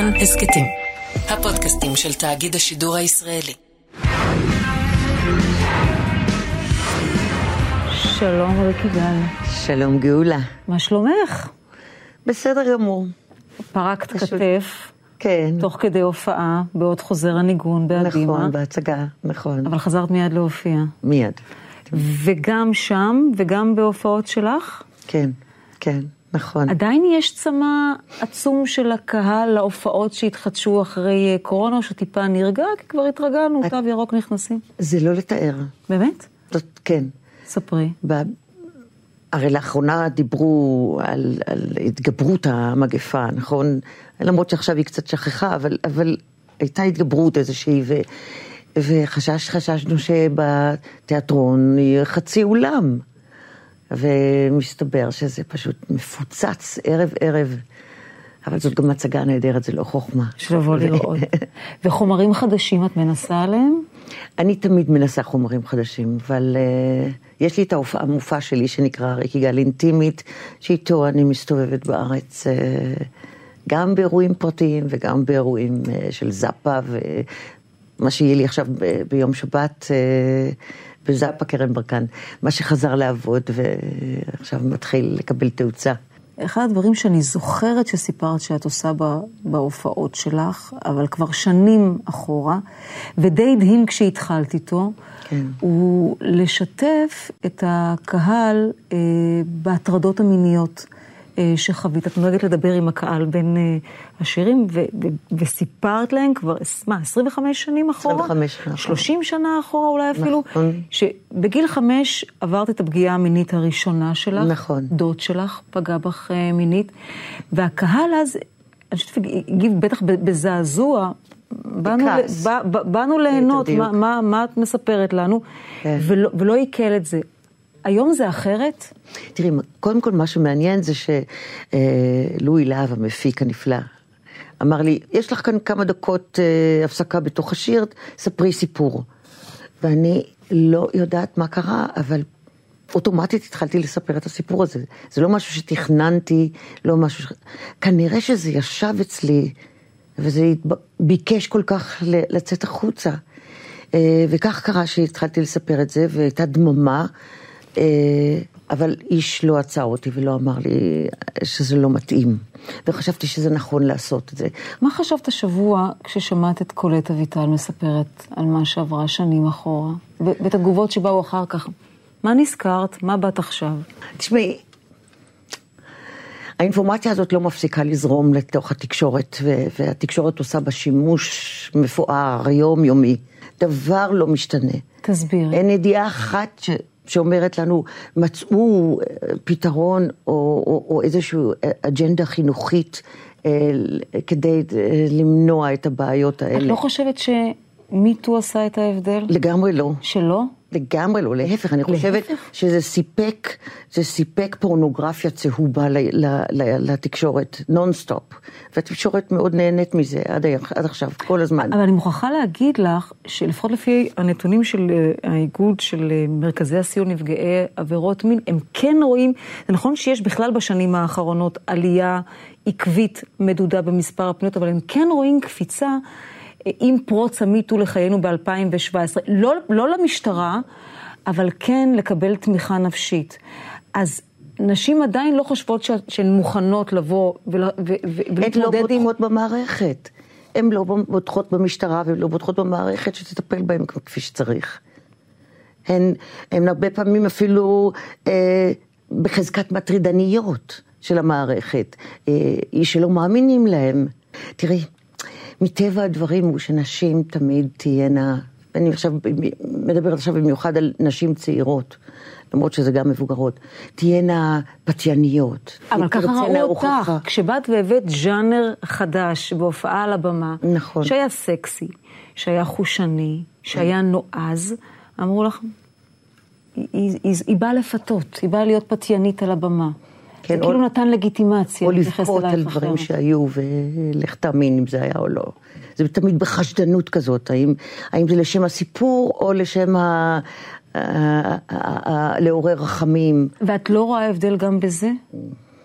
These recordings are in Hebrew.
כאן הסקטים, הפודקאסטים של תאגיד השידור הישראלי. שלום ריקי גל. שלום גאולה. מה שלומך? בסדר גמור. פרקת כתף. כן. תוך כדי הופעה, בעוד חוזר הניגון בהבימה. נכון, בהצגה, נכון. אבל חזרת מיד להופיע. מיד. וגם שם, וגם בהופעות שלך? כן, כן, נכון. עדיין יש צמא עצום של הקהל להופעות שהתחדשו אחרי קורונה, או שטיפה נרגע, כי כבר התרגלנו, תו ירוק נכנסים. זה לא לתאר. באמת? כן. ספרי. הרי לאחרונה דיברו על התגברות המגפה, נכון? למרות שעכשיו היא קצת שכחה, אבל הייתה התגברות איזושהי, וחששנו שבתיאטרון יהיה חצי אולם. ומסתבר שזה פשוט מפוצץ ערב. אבל זאת גם הצגה נהדרת, זה לא חוכמה. שלבוא לראות. וחומרים חדשים את מנסה עליהם? אני תמיד מנסה חומרים חדשים, אבל יש לי את המופע שלי שנקרא ריקי גל אינטימית, שאיתו אני מסתובבת בארץ, גם באירועים פרטיים וגם באירועים של זאפה, ומה שיהיה לי עכשיו ביום שבת בזאפה קרן ברקן, מה שחזר לעבוד ועכשיו מתחיל לקבל תאוצה. אחד הדברים שאני זוכרת שסיפרת שאת עושה בהופעות שלך, אבל כבר שנים אחורה, ודי דהים כשהתחלת איתו, כן. הוא לשתף את הקהל בהטרדות המיניות שחווית. את נוהגת לדבר עם הקהל בין השירים, וסיפרת להם כבר, 25 שנים אחורה? 25 שנה. 30 שנה אחורה אולי אפילו? נכון. שבגיל 5 עברת את הפגיעה המינית הראשונה שלך. נכון. דוד שלך פגע בך מינית. והקהל אז, אני חושבת, הגיב בטח בזעזוע, באנו ליהנות, מה את מספרת לנו, כן. ולא עיכל את זה. היום זה אחרת? תראי, קודם כל מה שמעניין זה שלואי להב, המפיק הנפלא, אמר לי, יש לך כאן כמה דקות הפסקה בתוך השיר, ספרי סיפור. ואני לא יודעת מה קרה, אבל אוטומטית התחלתי לספר את הסיפור הזה. זה לא משהו שתכננתי, לא משהו כנראה שזה ישב אצלי, וזה ביקש כל כך לצאת החוצה. וכך קרה שהתחלתי לספר את זה, והייתה דממה, אבל איש לא עצר אותי ולא אמר לי שזה לא מתאים. וחשבתי שזה נכון לעשות את זה. מה חשבת השבוע כששמעת את קולט אביטל מספרת על מה שעברה שנים אחורה? ואת התגובות שבאו אחר כך. מה נזכרת? מה באת עכשיו? תשמעי, האינפורמציה הזאת לא מפסיקה לזרום לתוך התקשורת, והתקשורת עושה בה שימוש מפואר, יומיומי. דבר לא משתנה. תסביר. אין ידיעה אחת שאומרת לנו, מצאו פתרון או איזושהי אג'נדה חינוכית כדי למנוע את הבעיות האלה. את לא חושבת שמיטו עשה את ההבדל? לגמרי לא. שלא? לגמרי לא, להפך, אני חושבת שזה סיפק פורנוגרפיה צהובה לתקשורת, נונסטופ, והתקשורת מאוד נהנית מזה עד עכשיו, כל הזמן. אבל אני מוכרחה להגיד לך, שלפחות לפי הנתונים של האיגוד של מרכזי הסיוע נפגעי עבירות מין, הם כן רואים, זה נכון שיש בכלל בשנים האחרונות עלייה עקבית מדודה במספר הפניות, אבל הם כן רואים קפיצה, עם פרוץ המיטו לחיינו ב-2017, לא למשטרה, אבל כן לקבל תמיכה נפשית. אז נשים עדיין לא חושבות שהן מוכנות לבוא ולהתמודד עם... הן לא בוטחות במערכת. הן לא בוטחות במשטרה והן לא בוטחות במערכת שתטפל בהן כפי שצריך. הן הרבה פעמים אפילו בחזקת מטרידניות של המערכת, שלא מאמינים להם. תראי, מטבע הדברים הוא שנשים תמיד תהיינה, אני מדברת עכשיו במיוחד על נשים צעירות, למרות שזה גם מבוגרות, תהיינה פתייניות. אבל ככה ראו אותך, כשבאת והבאת ז'אנר חדש בהופעה על הבמה, נכון. שהיה סקסי, שהיה חושני, שהיה נועז, אמרו לך, היא באה לפתות, היא באה להיות פתיינית על הבמה. כן, זה כאילו נתן לגיטימציה. או לבכות על דברים שהיו ולך תאמין אם זה היה או לא. זה תמיד בחשדנות כזאת, האם זה לשם הסיפור או לשם לעורר רחמים. ואת לא רואה הבדל גם בזה?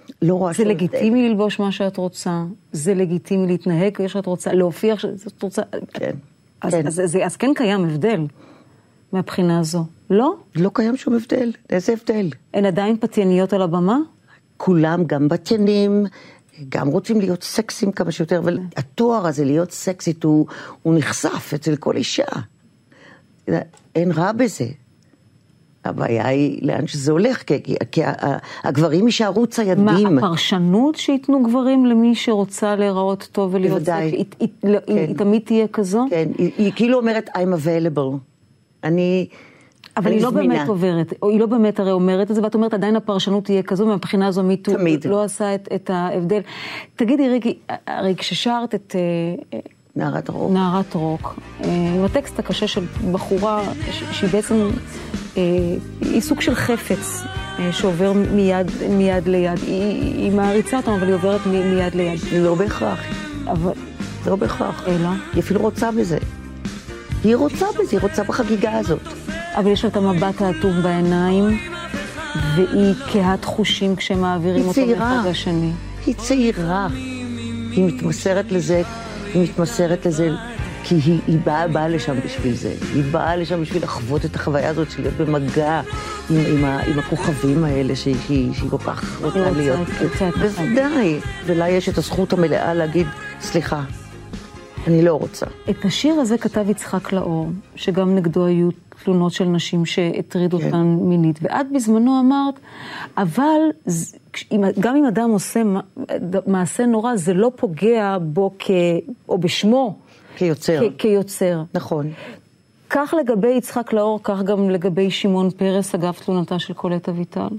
לא רואה זה לגיטימי ללבוש מה שאת רוצה, זה לגיטימי להתנהג כפי שאת רוצה, להופיע שאת רוצה. כן. אז כן קיים הבדל מהבחינה הזו, לא? לא קיים שום הבדל, איזה הבדל? הן עדיין פתייניות על הבמה? כולם גם בתיינים, גם רוצים להיות סקסים כמה שיותר, אבל התואר הזה להיות סקסית הוא נחשף אצל כל אישה. אין רע בזה. הבעיה היא לאן שזה הולך, כי הגברים יישארו ציידים. מה, הפרשנות שיתנו גברים למי שרוצה להיראות טוב ולהיות סקסית, היא תמיד תהיה כזו? כן, היא כאילו אומרת, I'm available. אבל היא לא באמת עוברת, או היא לא באמת הרי אומרת את זה, ואת אומרת עדיין הפרשנות תהיה כזו, מהבחינה הזו מיטו לא עשה את ההבדל. תגידי ריגי, הרי כששרת את נערת רוק, עם הטקסט הקשה של בחורה, שהיא בעצם, היא סוג של חפץ, שעובר מיד ליד, היא מעריצה אותם, אבל היא עוברת מיד ליד. זה לא בהכרח. זה לא בהכרח. אלא? היא אפילו רוצה בזה. היא רוצה בחגיגה הזאת. אבל יש לה את המבט העטוב בעיניים, והיא קהת חושים כשמעבירים אותו מאחד לשני. היא צעירה. היא מתמסרת לזה, כי היא באה לשם בשביל זה. היא באה לשם בשביל לחוות את החוויה הזאת, של להיות במגע עם הכוכבים האלה, שהיא כל כך רוצה להיות. בוודאי. ולה יש את הזכות המלאה להגיד, סליחה, אני לא רוצה. את השיר הזה כתב יצחק לאור, שגם נגדו היו תלונות של נשים שהטרידו אותן מינית. ואת בזמנו אמרת, אבל גם אם אדם עושה מעשה נורא, זה לא פוגע בו או בשמו. כיוצר. נכון. כך לגבי יצחק לאור, כך גם לגבי שמעון פרס, אגב תלונתה של קולט אביטל.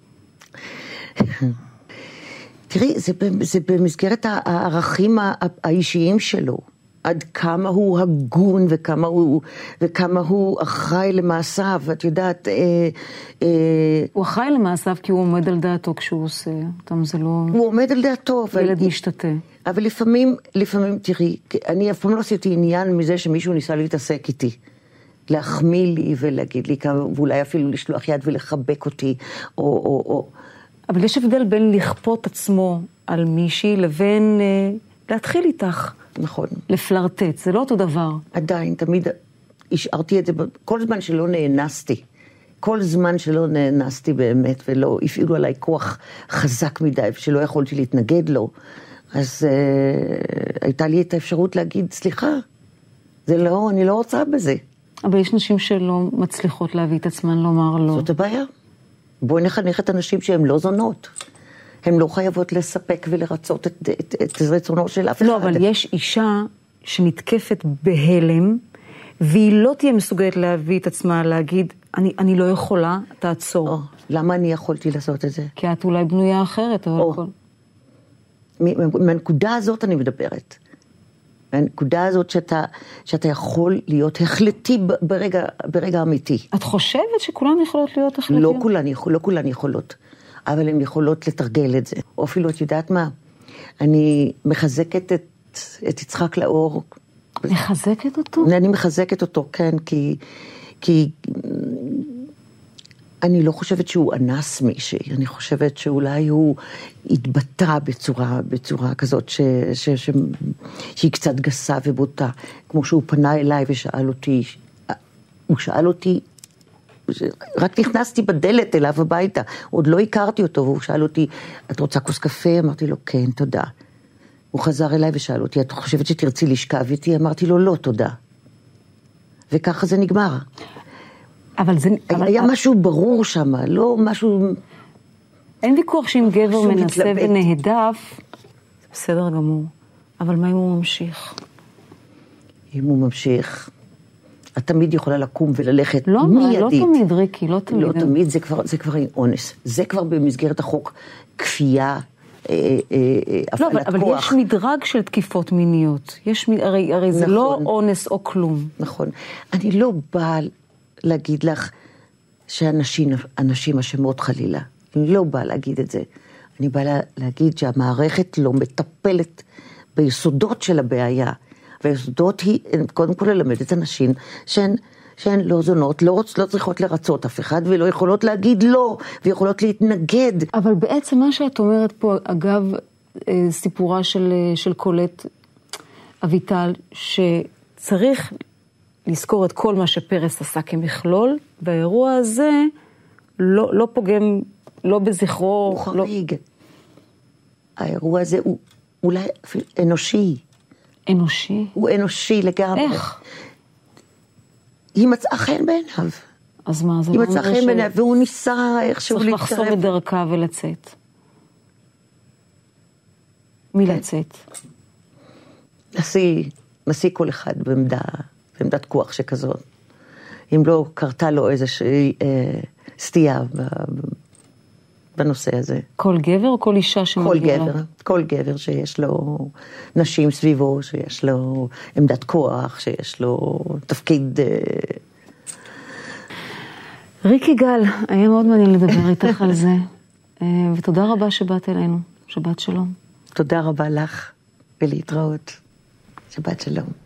תראי, זה במסגרת הערכים האישיים שלו. עד כמה הוא הגון וכמה הוא אחראי למעשיו, ואת יודעת... הוא אחראי למעשיו כי הוא עומד על דעתו כשהוא עושה, אותם זה לא... הוא עומד על דעתו. ילד משתתה. אבל לפעמים, תראי, אני אף פעם לא עשיתי עניין מזה שמישהו ניסה להתעסק איתי. להחמיא לי ולהגיד לי כמה, ואולי אפילו לשלוח יד ולחבק אותי, או... אבל יש הבדל בין לכפות עצמו על מישהי לבין להתחיל איתך. נכון. לפלרטט, זה לא אותו דבר. עדיין, תמיד השארתי את זה, כל זמן שלא נאנסתי. כל זמן שלא נאנסתי באמת, ולא הפעילו עליי כוח חזק מדי, שלא יכולתי להתנגד לו, אז הייתה לי את האפשרות להגיד, סליחה, זה לא, אני לא רוצה בזה. אבל יש נשים שלא מצליחות להביא את עצמן לומר לא. זאת הבעיה. בואי נחנך את הנשים שהן לא זונות. הן לא חייבות לספק ולרצות את רצונו של אף אחד. לא, אבל יש אישה שנתקפת בהלם, והיא לא תהיה מסוגלת להביא את עצמה, להגיד, אני לא יכולה, תעצור. למה אני יכולתי לעשות את זה? כי את אולי בנויה אחרת, אבל הכל. מהנקודה הזאת אני מדברת. מהנקודה הזאת שאתה יכול להיות החלטי ברגע אמיתי. את חושבת שכולן יכולות להיות החלטיות? לא כולן יכולות. אבל הן יכולות לתרגל את זה. או אפילו, את יודעת מה? אני מחזקת את יצחק לאור. מחזקת אותו? אני מחזקת אותו, כן, כי אני לא חושבת שהוא אנס מישהי. אני חושבת שאולי הוא התבטא בצורה כזאת שהיא קצת גסה ובוטה. כמו שהוא פנה אליי ושאל אותי, הוא שאל אותי, רק נכנסתי בדלת אליו הביתה, עוד לא הכרתי אותו, והוא שאל אותי, את רוצה כוס קפה? אמרתי לו, כן, תודה. הוא חזר אליי ושאל אותי, את חושבת שתרצי לשכב איתי? אמרתי לו, לא, תודה. וככה זה נגמר. היה משהו ברור שם, לא משהו... אין ויכוח שאם גבר מנסה ונהדף, בסדר גמור. אבל מה אם הוא ממשיך? אם הוא ממשיך... את תמיד יכולה לקום וללכת לא, מיידית. לא תמיד, ריקי, לא תמיד. לא תמיד, זה כבר אונס. זה כבר במסגרת החוק כפייה, הפעלת כוח. אבל יש מדרג של תקיפות מיניות. הרי זה לא אונס או כלום. נכון. אני לא באה להגיד לך שאנשים אשמות חלילה. אני לא באה להגיד את זה. אני באה להגיד שהמערכת לא מטפלת ביסודות של הבעיה. והיסודות היא, קודם כל ללמד את הנשים שהן לא זונות, לא צריכות לרצות אף אחד, ולא יכולות להגיד לא, ויכולות להתנגד. אבל בעצם מה שאת אומרת פה, אגב, סיפורה של קולט אביטל, שצריך לזכור את כל מה שפרס עשה כמכלול, והאירוע הזה לא פוגם, לא בזכרו. הוא חריג. לא... האירוע הזה הוא אולי אנושי. אנושי? הוא אנושי לגמרי. איך? היא מצאה חן בעיניו. אז מה, זה היא מצאה חן בעיניו, והוא ניסה איכשהו להתקרב. צריך לחסום את דרכה ולצאת. מי לצאת? נשיא כל אחד בעמדת כוח שכזאת. אם לא קרתה לו איזושהי סטייה בנושא הזה. כל גבר או כל אישה שמגיעה לו? כל גבר שיש לו נשים סביבו, שיש לו עמדת כוח, שיש לו תפקיד... ריקי גל, היה מאוד מעניין לדבר איתך על זה, ותודה רבה שבאת אלינו. שבת שלום. תודה רבה לך, ולהתראות. שבת שלום.